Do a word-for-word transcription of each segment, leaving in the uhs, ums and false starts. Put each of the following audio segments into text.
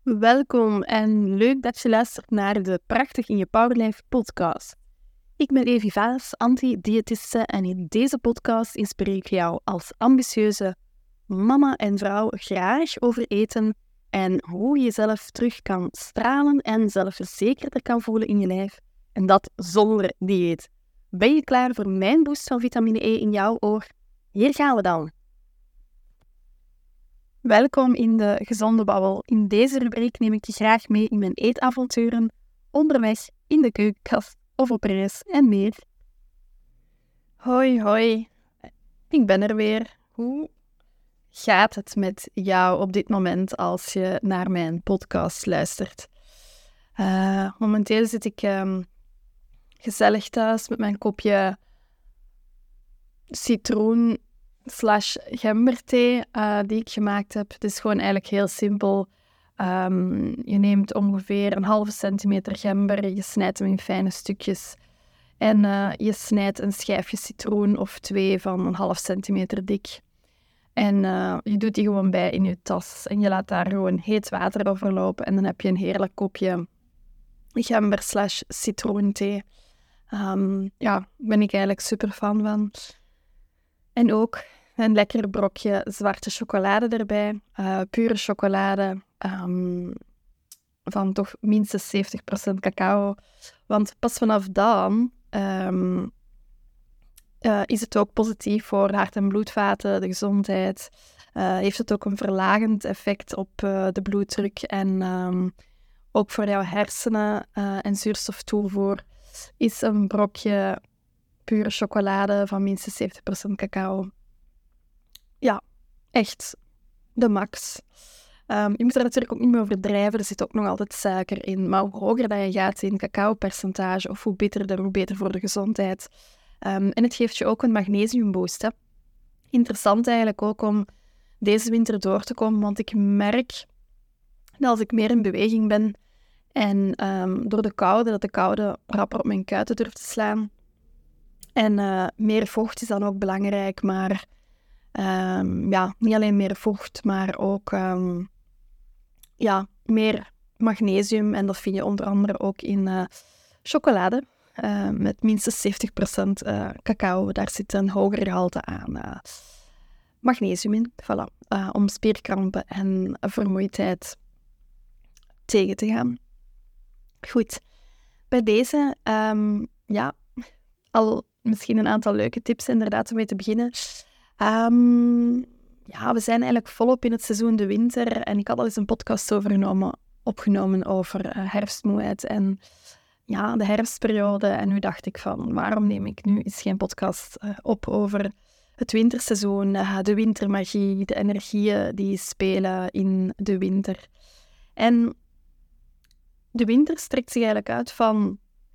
Welkom en leuk dat je luistert naar de Prachtig in je Powerlife podcast. Ik ben Evi Vaas, anti-diëtiste en in deze podcast inspireer ik jou als ambitieuze mama en vrouw graag over eten en hoe je jezelf terug kan stralen en zelfverzekerder kan voelen in je lijf. En dat zonder dieet. Ben je klaar voor mijn boost van vitamine E in jouw oor? Hier gaan we dan. Welkom in de Gezonde Babbel. In deze rubriek neem ik je graag mee in mijn eetavonturen, onderweg, in de keukenkast of op reis en meer. Hoi, hoi. Ik ben er weer. Hoe gaat het met jou op dit moment als je naar mijn podcast luistert? Uh, momenteel zit ik um, gezellig thuis met mijn kopje citroen slash gemberthee uh, die ik gemaakt heb. Het is gewoon eigenlijk heel simpel. Um, je neemt ongeveer een halve centimeter gember, je snijdt hem in fijne stukjes en uh, je snijdt een schijfje citroen of twee van een half centimeter dik. En uh, je doet die gewoon bij in je tas en je laat daar gewoon heet water over lopen en dan heb je een heerlijk kopje gember slash citroenthee. Um, ja, daar ben ik eigenlijk super fan van. En ook een lekker brokje zwarte chocolade erbij. Uh, pure chocolade. Um, van toch minstens zeventig procent cacao. Want pas vanaf dan um, uh, is het ook positief voor de hart- en bloedvaten, de gezondheid. Uh, heeft het ook een verlagend effect op uh, de bloeddruk. En um, ook voor jouw hersenen uh, en zuurstoftoevoer is een brokje pure chocolade van minstens zeventig procent cacao. Ja, echt de max. Um, je moet er natuurlijk ook niet meer overdrijven. Er zit ook nog altijd suiker in. Maar hoe hoger dat je gaat in cacao-percentage, of hoe bitterder, hoe beter voor de gezondheid. Um, en het geeft je ook een magnesiumboost. Hè. Interessant eigenlijk ook om deze winter door te komen, want ik merk dat als ik meer in beweging ben en um, door de koude, dat de koude rapper op mijn kuiten durft te slaan. En uh, meer vocht is dan ook belangrijk, maar um, ja, niet alleen meer vocht, maar ook um, ja, meer magnesium. En dat vind je onder andere ook in uh, chocolade, uh, met minstens zeventig procent uh, cacao. Daar zit een hoger gehalte aan uh, magnesium in, voilà, uh, om spierkrampen en vermoeidheid tegen te gaan. Goed, bij deze, um, ja, al misschien een aantal leuke tips inderdaad om mee te beginnen. Um, ja, we zijn eigenlijk volop in het seizoen de winter en ik had al eens een podcast overgenomen, opgenomen over uh, herfstmoeheid en ja, de herfstperiode. En nu dacht ik van, waarom neem ik nu eens geen podcast uh, op over het winterseizoen, uh, de wintermagie, de energieën die spelen in de winter. En de winter strekt zich eigenlijk uit van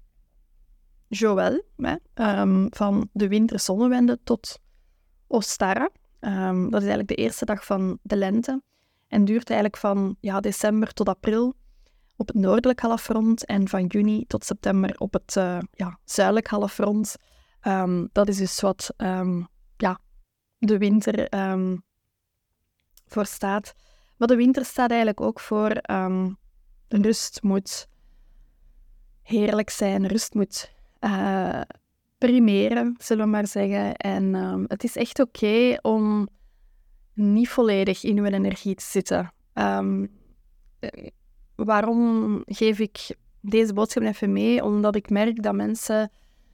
Joël, hè, um, van de winterzonnewende tot Ostara. Um, dat is eigenlijk de eerste dag van de lente en duurt eigenlijk van ja, december tot april op het noordelijk halfrond en van juni tot september op het uh, ja, zuidelijk halfrond. Um, dat is dus wat um, ja, de winter um, voor staat. Maar de winter staat eigenlijk ook voor um, rust moet heerlijk zijn, rust moet Uh, primeren, zullen we maar zeggen. En um, het is echt oké okay om niet volledig in uw energie te zitten. Um, waarom geef ik deze boodschap even mee? Omdat ik merk dat mensen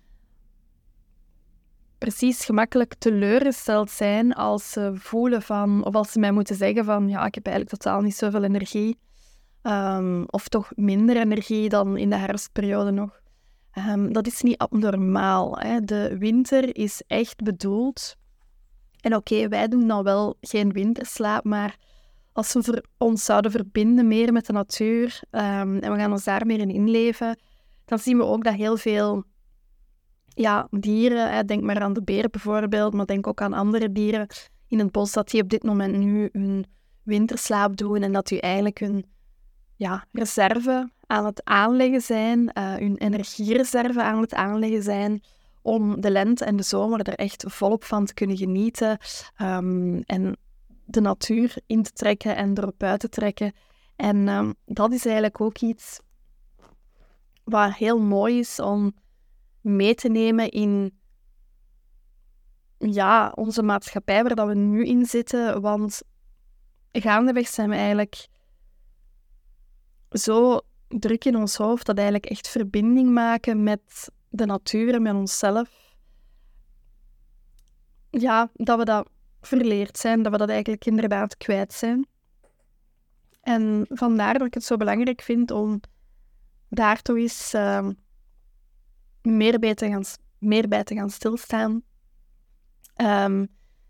precies gemakkelijk teleurgesteld zijn als ze voelen van, of als ze mij moeten zeggen van, ja, ik heb eigenlijk totaal niet zoveel energie. Um, of toch minder energie dan in de herfstperiode nog. Um, dat is niet abnormaal. Hè. De winter is echt bedoeld. En oké, okay, wij doen dan wel geen winterslaap, maar als we ver- ons zouden verbinden meer met de natuur um, en we gaan ons daar meer in inleven, dan zien we ook dat heel veel ja, dieren, hè, denk maar aan de beer bijvoorbeeld, maar denk ook aan andere dieren in het bos, dat die op dit moment nu hun winterslaap doen en dat die eigenlijk hun ja, reserve aan het aanleggen zijn, uh, hun energiereserve aan het aanleggen zijn, om de lente en de zomer er echt volop van te kunnen genieten um, en de natuur in te trekken en erop uit te trekken En um, dat is eigenlijk ook iets wat heel mooi is om mee te nemen in ja, onze maatschappij waar dat we nu in zitten. Want gaandeweg zijn we eigenlijk zo druk in ons hoofd dat eigenlijk echt verbinding maken met de natuur en met onszelf. Ja, dat we dat verleerd zijn, dat we dat eigenlijk inderdaad kwijt zijn. En vandaar dat ik het zo belangrijk vind om daar toch eens uh, meer, bij te gaan, meer bij te gaan stilstaan. Um,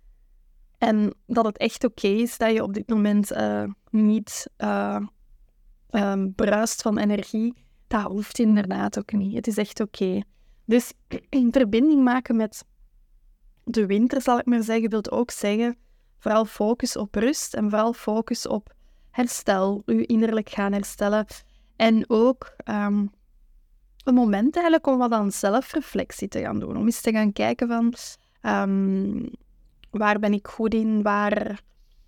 en dat het echt oké okay is dat je op dit moment uh, niet uh, um, bruist van energie. Dat hoeft inderdaad ook niet. Het is echt oké. Okay. Dus in verbinding maken met de winter, zal ik maar zeggen, wil ook zeggen vooral focus op rust en vooral focus op herstel, je innerlijk gaan herstellen. En ook um, een moment eigenlijk om wat aan zelfreflectie te gaan doen. Om eens te gaan kijken van um, waar ben ik goed in, waar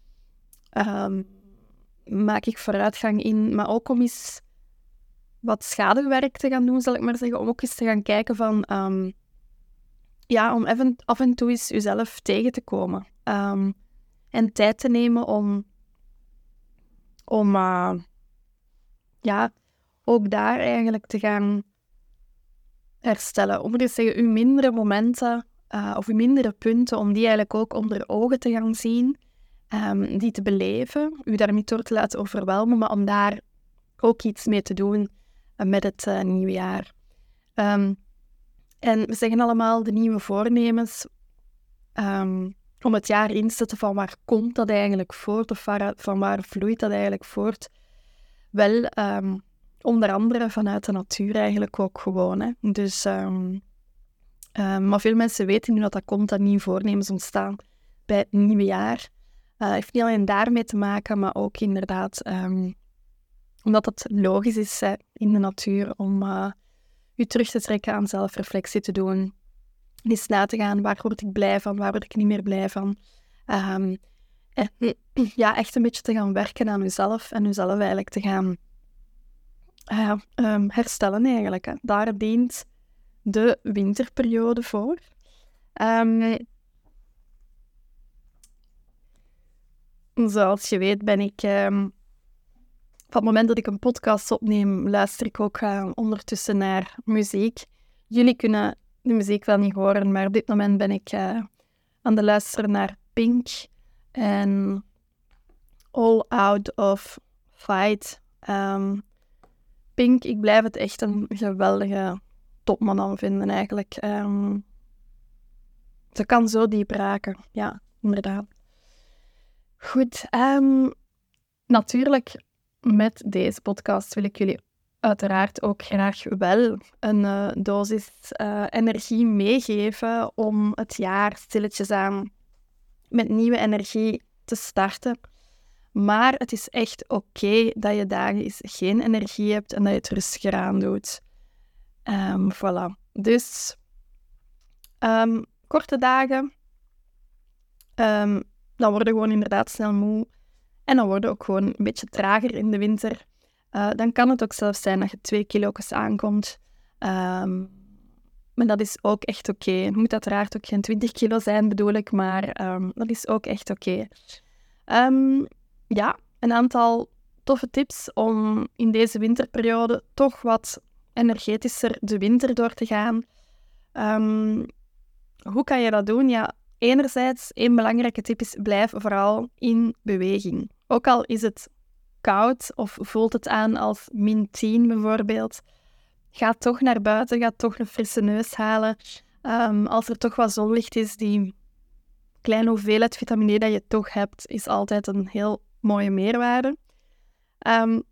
um, maak ik vooruitgang in. Maar ook om eens wat schaduwwerk te gaan doen, zal ik maar zeggen. Om ook eens te gaan kijken van um, ja, om even, af en toe eens jezelf tegen te komen. Um, en tijd te nemen om om uh, ja, ook daar eigenlijk te gaan herstellen. Om te zeggen, uw mindere momenten uh, of uw mindere punten, om die eigenlijk ook onder ogen te gaan zien, um, die te beleven, u daar niet door te laten overwelmen, maar om daar ook iets mee te doen uh, met het uh, nieuwe jaar. Um, en we zeggen allemaal de nieuwe voornemens, um, om het jaar in te zetten van waar komt dat eigenlijk voort, of waar, van waar vloeit dat eigenlijk voort. Wel, um, onder andere vanuit de natuur eigenlijk ook gewoon. Hè. Dus, um, um, maar veel mensen weten nu dat dat komt, dat nieuwe voornemens ontstaan bij het nieuwe jaar. Het uh, heeft niet alleen daarmee te maken, maar ook inderdaad um, omdat het logisch is hè, in de natuur om uh, je terug te trekken aan zelfreflectie te doen. En eens na te gaan, waar word ik blij van, waar word ik niet meer blij van. Um, en, ja, echt een beetje te gaan werken aan jezelf en jezelf eigenlijk te gaan uh, um, herstellen eigenlijk. Hè. Daar dient de winterperiode voor. Um, zoals je weet ben ik... Um, op het moment dat ik een podcast opneem, luister ik ook uh, ondertussen naar muziek. Jullie kunnen de muziek wel niet horen, maar op dit moment ben ik uh, aan het luisteren naar Pink en All Out of Fight. Um, Pink, ik blijf het echt een geweldige topman aan vinden eigenlijk. Um, ze kan zo diep raken, ja, inderdaad. Goed, um, natuurlijk, met deze podcast wil ik jullie uiteraard ook graag wel een uh, dosis uh, energie meegeven om het jaar stilletjes aan met nieuwe energie te starten. Maar het is echt oké okay dat je dagen eens geen energie hebt en dat je het rustiger aan doet. Um, voilà. Dus um, korte dagen, um, dan worden we gewoon inderdaad snel moe. En dan worden we ook gewoon een beetje trager in de winter. Uh, dan kan het ook zelfs zijn dat je twee kilo's aankomt. Um, maar dat is ook echt oké. Okay. Het moet uiteraard ook geen twintig kilo zijn, bedoel ik. Maar um, dat is ook echt oké. Okay. Um, ja, een aantal toffe tips om in deze winterperiode toch wat energetischer de winter door te gaan. Um, hoe kan je dat doen? Ja, enerzijds, één belangrijke tip is, blijf vooral in beweging. Ook al is het koud of voelt het aan als min tien bijvoorbeeld, ga toch naar buiten, ga toch een frisse neus halen. Um, als er toch wat zonlicht is, die kleine hoeveelheid vitamine D dat je toch hebt, is altijd een heel mooie meerwaarde. Um,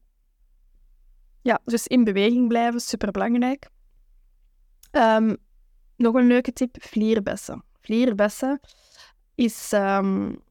ja, dus in beweging blijven, superbelangrijk. Um, nog een leuke tip, vlierbessen. Vlierbessen is... Um,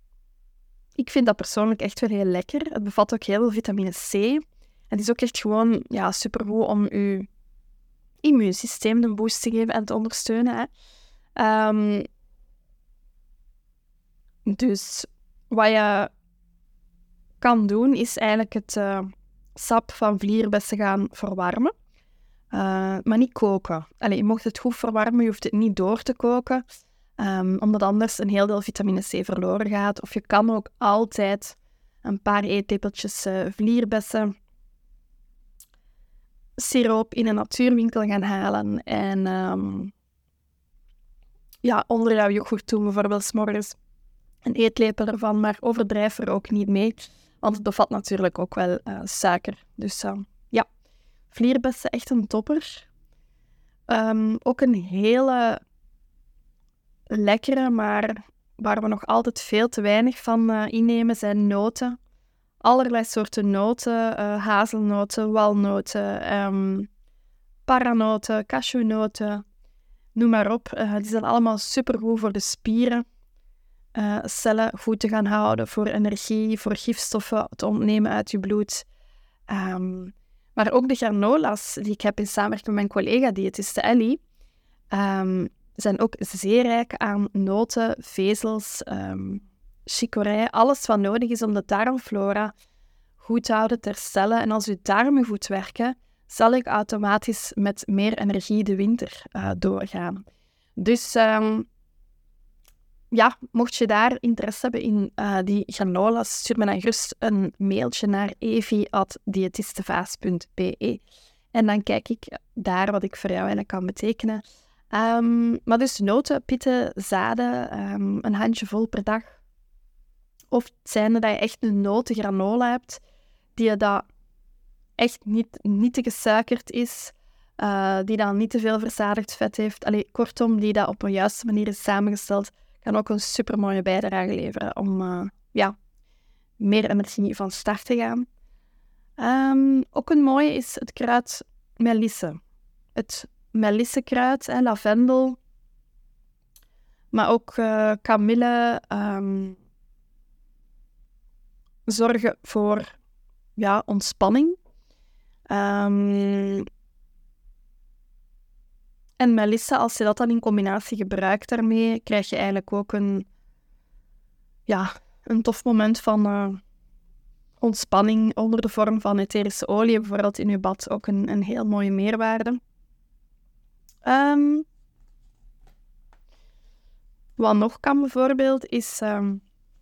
ik vind dat persoonlijk echt wel heel lekker. Het bevat ook heel veel vitamine C. Het is ook echt gewoon ja, supergoed om je immuunsysteem een boost te geven en te ondersteunen. Hè. Um, dus wat je kan doen, is eigenlijk het uh, sap van vlierbessen gaan verwarmen. Uh, maar niet koken. Allee, je mocht het goed verwarmen, je hoeft het niet door te koken. Um, omdat anders een heel deel vitamine C verloren gaat. Of je kan ook altijd een paar eetlepeltjes uh, vlierbessen siroop in een natuurwinkel gaan halen. En um, ja, onder jouw yoghurt doen, bijvoorbeeld 's morgens een eetlepel ervan. Maar overdrijf er ook niet mee. Want het bevat natuurlijk ook wel uh, suiker. Dus uh, ja, vlierbessen, echt een topper. Um, ook een hele lekkere, maar waar we nog altijd veel te weinig van uh, innemen, zijn noten. Allerlei soorten noten, uh, hazelnoten, walnoten, um, paranoten, cashewnoten, noem maar op. Uh, die zijn allemaal supergoed voor de spieren. Uh, cellen goed te gaan houden, voor energie, voor gifstoffen te ontnemen uit je bloed. Um, maar ook de granola's die ik heb in samenwerking met mijn collega-diëtiste Ellie, um, zijn ook zeer rijk aan noten, vezels, um, chicorée, alles wat nodig is om de darmflora goed te houden, te herstellen. En als uw darmen goed werken, zal ik automatisch met meer energie de winter uh, doorgaan. Dus um, ja, mocht je daar interesse hebben in uh, die granola's, stuur me dan gerust een mailtje naar evi at diëtistevaas punt be. En dan kijk ik daar wat ik voor jou eigenlijk kan betekenen. Um, maar dus noten, pitten, zaden, um, een handjevol per dag. Of het zijn dat je echt een notengranola hebt, die je dat echt niet, niet te gesuikerd is, uh, die dan niet te veel verzadigd vet heeft. Allee, kortom, die dat op een juiste manier is samengesteld, kan ook een supermooie bijdrage leveren om uh, ja, meer energie van start te gaan. Um, ook een mooie is het kruid melisse. Het melissekruid, hè, lavendel, maar ook uh, kamille, um, zorgen voor ja, ontspanning. Um, en melisse, als je dat dan in combinatie gebruikt daarmee, krijg je eigenlijk ook een, ja, een tof moment van uh, ontspanning onder de vorm van etherische olie, bijvoorbeeld in je bad, ook een, een heel mooie meerwaarde. Um, wat nog kan bijvoorbeeld, is um,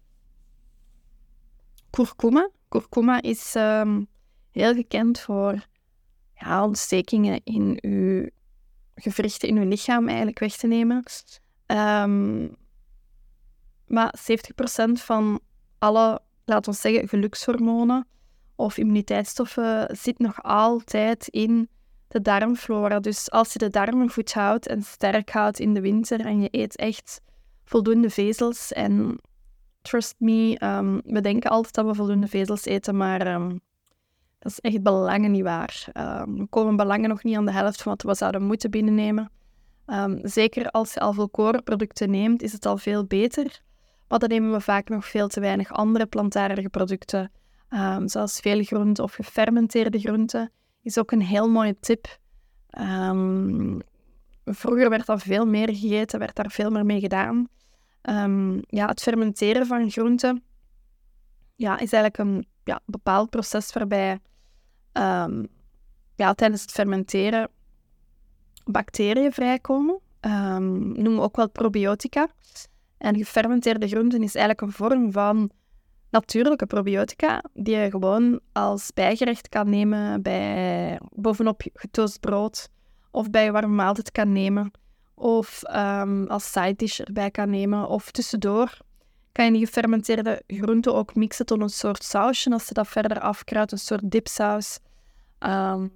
kurkuma. Kurkuma is um, heel gekend voor ja, ontstekingen in uw gewrichten, in uw lichaam eigenlijk weg te nemen. Um, maar zeventig procent van alle, laten we zeggen, gelukshormonen of immuniteitsstoffen zit nog altijd in de darmflora. Dus als je de darmen goed houdt en sterk houdt in de winter en je eet echt voldoende vezels en trust me, um, we denken altijd dat we voldoende vezels eten, maar um, dat is echt belangen niet waar. Um, we komen belangen nog niet aan de helft van wat we zouden moeten binnennemen. Um, zeker als je al volkorenproducten neemt, is het al veel beter. Maar dan nemen we vaak nog veel te weinig andere plantaardige producten, um, zoals veel groenten of gefermenteerde groenten. Is ook een heel mooie tip. Um, vroeger werd dat veel meer gegeten, werd daar veel meer mee gedaan. Um, ja, het fermenteren van groenten ja, is eigenlijk een ja, bepaald proces waarbij um, ja, tijdens het fermenteren bacteriën vrijkomen. Um, noemen we ook wel probiotica. En gefermenteerde groenten is eigenlijk een vorm van natuurlijke probiotica die je gewoon als bijgerecht kan nemen bij bovenop getoast brood of bij je warme maaltijd kan nemen of um, als side dish erbij kan nemen of tussendoor kan je die gefermenteerde groenten ook mixen tot een soort sausje als je dat verder afkruidt, een soort dipsaus. Um,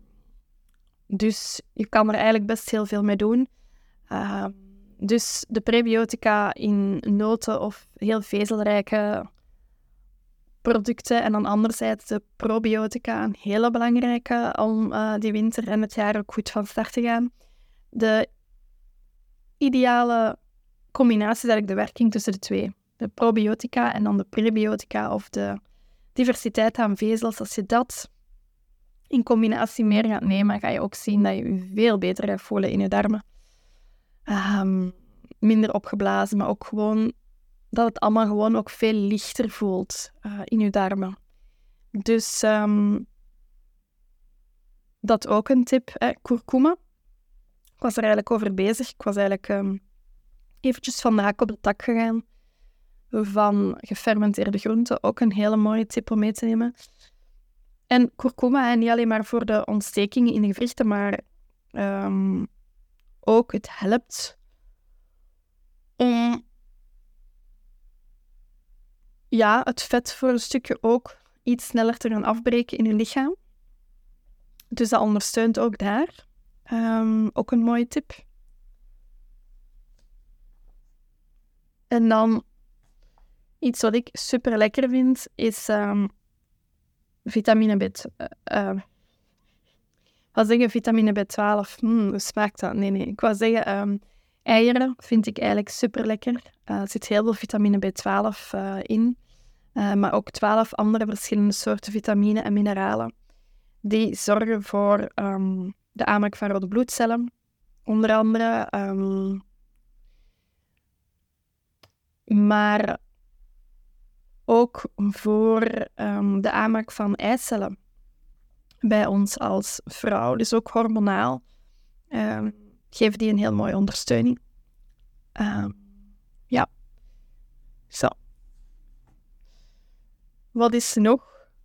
dus je kan er eigenlijk best heel veel mee doen. Uh, dus de prebiotica in noten of heel vezelrijke producten en dan anderzijds de probiotica, een hele belangrijke om uh, die winter en het jaar ook goed van start te gaan. De ideale combinatie is eigenlijk de werking tussen de twee. De probiotica en dan de prebiotica of de diversiteit aan vezels. Als je dat in combinatie meer gaat nemen, ga je ook zien dat je je veel beter gaat voelen in je darmen. Um, minder opgeblazen, maar ook gewoon dat het allemaal gewoon ook veel lichter voelt uh, in je darmen. Dus um, dat ook een tip. Hè. Kurkuma. Ik was er eigenlijk over bezig. Ik was eigenlijk um, eventjes van de hak op de tak gegaan van gefermenteerde groenten. Ook een hele mooie tip om mee te nemen. En kurkuma, hè, niet alleen maar voor de ontstekingen in de gewrichten, maar um, ook het helpt om ja, het vet voor een stukje ook iets sneller te gaan afbreken in je lichaam. Dus dat ondersteunt ook daar. Um, ook een mooie tip. En dan iets wat ik super lekker vind, is um, vitamine B twaalf. Uh, wat zeggen vitamine B twaalf? Hmm, hoe smaakt dat? Nee, nee. Ik wou zeggen, um, eieren vind ik eigenlijk super lekker. Uh, er zit heel veel vitamine B twaalf uh, in. Uh, maar ook twaalf andere verschillende soorten vitamine en mineralen. Die zorgen voor um, de aanmaak van rode bloedcellen. Onder andere. Um, maar ook voor um, de aanmaak van eicellen. Bij ons als vrouw. Dus ook hormonaal. Um, geven die een heel mooie ondersteuning. Um, ja. Zo. Wat is nog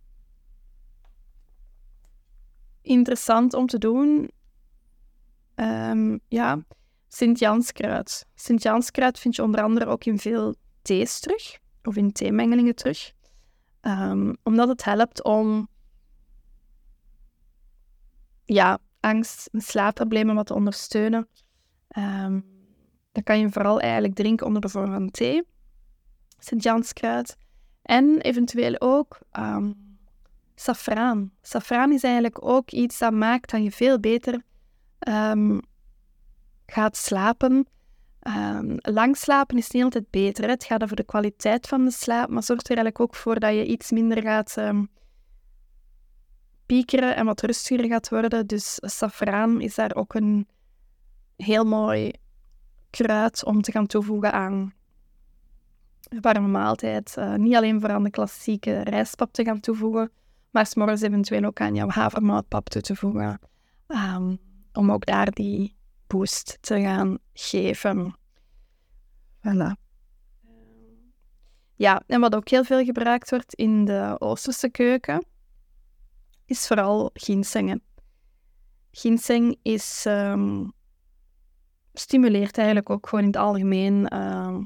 interessant om te doen? Um, ja, Sint-Janskruid. Sint-Janskruid vind je onder andere ook in veel thees terug. Of in theemengelingen terug. Um, omdat het helpt om ja, angst en slaapproblemen wat te ondersteunen. Um, dat kan je vooral eigenlijk drinken onder de vorm van thee. Sint-Janskruid. En eventueel ook um, safraan. Safraan is eigenlijk ook iets dat maakt dat je veel beter um, gaat slapen. Um, lang slapen is niet altijd beter. Hè? Het gaat over de kwaliteit van de slaap, maar zorgt er eigenlijk ook voor dat je iets minder gaat um, piekeren en wat rustiger gaat worden. Dus safraan is daar ook een heel mooi kruid om te gaan toevoegen aan een warme maaltijd. Uh, niet alleen voor aan de klassieke rijstpap te gaan toevoegen, maar 's morgens eventueel ook aan jouw havermoutpap toe te voegen. Um, om ook daar die boost te gaan geven. Voilà. Ja, en wat ook heel veel gebruikt wordt in de Oosterse keuken, is vooral ginseng. Ginseng is, um, stimuleert eigenlijk ook gewoon in het algemeen uh,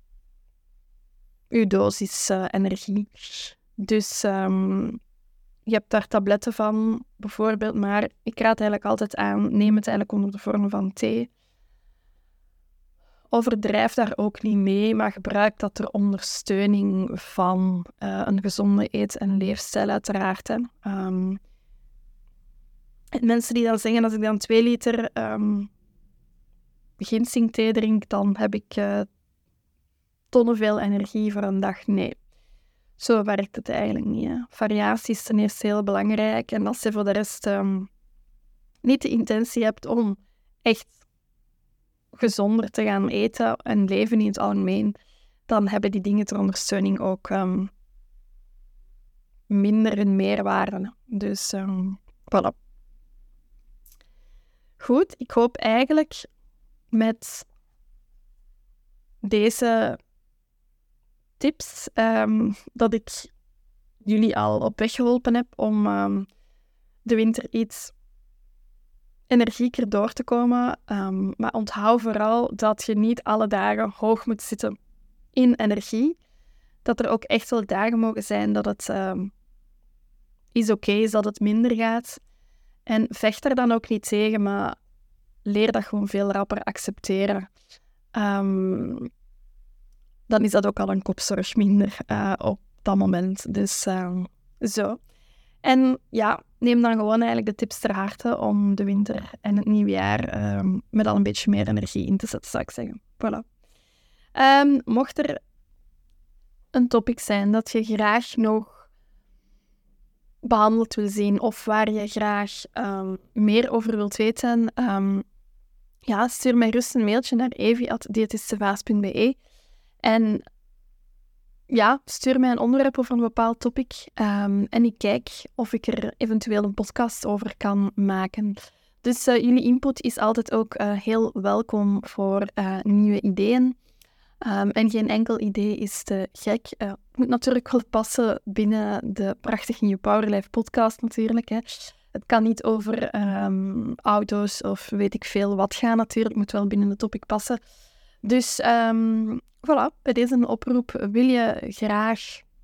uw dosis uh, energie. Dus um, je hebt daar tabletten van, bijvoorbeeld, maar ik raad eigenlijk altijd aan, neem het eigenlijk onder de vorm van thee. Overdrijf daar ook niet mee, maar gebruik dat ter ondersteuning van uh, een gezonde eet- en leefstijl uiteraard. Hè. Um, en mensen die dan zeggen, als ik dan twee liter um, ginsengthee drink, dan heb ik uh, tonnen veel energie voor een dag. Nee. Zo werkt het eigenlijk niet. Hè. Variatie is ten eerste heel belangrijk. En als je voor de rest um, niet de intentie hebt om echt gezonder te gaan eten en leven in het algemeen, dan hebben die dingen ter ondersteuning ook um, minder een meerwaarde. Dus, um, voilà. Goed, ik hoop eigenlijk met deze tips um, dat ik jullie al op weg geholpen heb om um, de winter iets energieker door te komen. Um, maar onthoud vooral dat je niet alle dagen hoog moet zitten in energie. Dat er ook echt wel dagen mogen zijn dat het um, is oké is, dat het minder gaat. En vecht er dan ook niet tegen, maar leer dat gewoon veel rapper accepteren. Um, dan is dat ook al een kopzorg minder uh, op dat moment. Dus uh, zo. En ja, neem dan gewoon eigenlijk de tips ter harte om de winter en het nieuwjaar um, met al een beetje meer energie in te zetten, zou ik zeggen. Voilà. Um, mocht er een topic zijn dat je graag nog behandeld wil zien of waar je graag um, meer over wilt weten, um, ja, stuur mij rust een mailtje naar evi at diëtistevaas punt be. En ja, stuur mij een onderwerp over een bepaald topic um, en ik kijk of ik er eventueel een podcast over kan maken. Dus uh, jullie input is altijd ook uh, heel welkom voor uh, nieuwe ideeën. Um, en geen enkel idee is te gek. Uh, het moet natuurlijk wel passen binnen de Prachtig in je Powerlife podcast natuurlijk. Hè. Het kan niet over um, auto's of weet ik veel wat gaan natuurlijk. Het moet wel binnen de topic passen. Dus um, voilà, bij deze een oproep. Wil je graag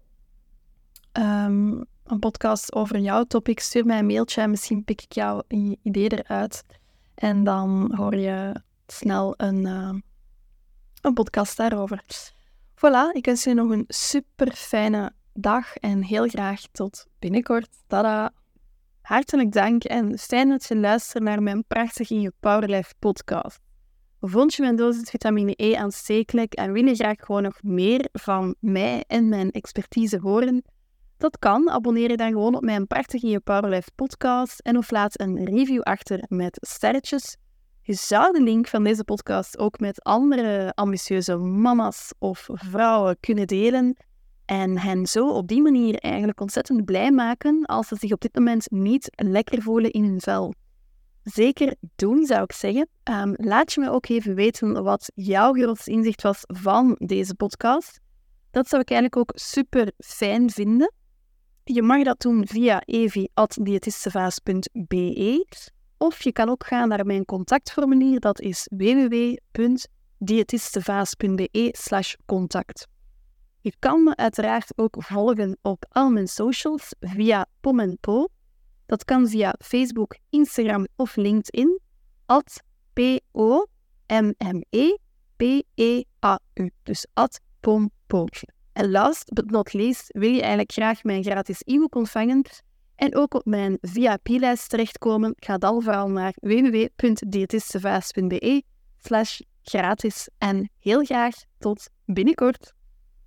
um, een podcast over jouw topic? Stuur mij een mailtje en misschien pik ik jouw idee eruit. En dan hoor je snel een... Uh, een podcast daarover. Voilà, ik wens je nog een super fijne dag en heel graag tot binnenkort. Tada! Hartelijk dank en fijn dat je luistert naar mijn Prachtig in je Powerlife podcast. Vond je mijn dosis vitamine E aanstekelijk en wil je graag gewoon nog meer van mij en mijn expertise horen? Dat kan. Abonneer je dan gewoon op mijn Prachtig in je Powerlife podcast en of laat een review achter met sterretjes. Je zou de link van deze podcast ook met andere ambitieuze mama's of vrouwen kunnen delen en hen zo op die manier eigenlijk ontzettend blij maken als ze zich op dit moment niet lekker voelen in hun vel. Zeker doen, zou ik zeggen. Um, laat je me ook even weten wat jouw grootste inzicht was van deze podcast. Dat zou ik eigenlijk ook super fijn vinden. Je mag dat doen via evi at diëtistevaas punt b e. Of je kan ook gaan naar mijn contactformulier, dat is w w w punt diëtistevaas punt b e slash contact. Je kan me uiteraard ook volgen op al mijn socials via Pom en Po. Dat kan via Facebook, Instagram of LinkedIn, at P O M M E P E A U, dus at pompo. En last but not least, wil je eigenlijk graag mijn gratis e-book ontvangen en ook op mijn V I P-lijst terechtkomen, ga dan vooral naar w w w punt diëtistevaas punt b e slash gratis. En heel graag tot binnenkort.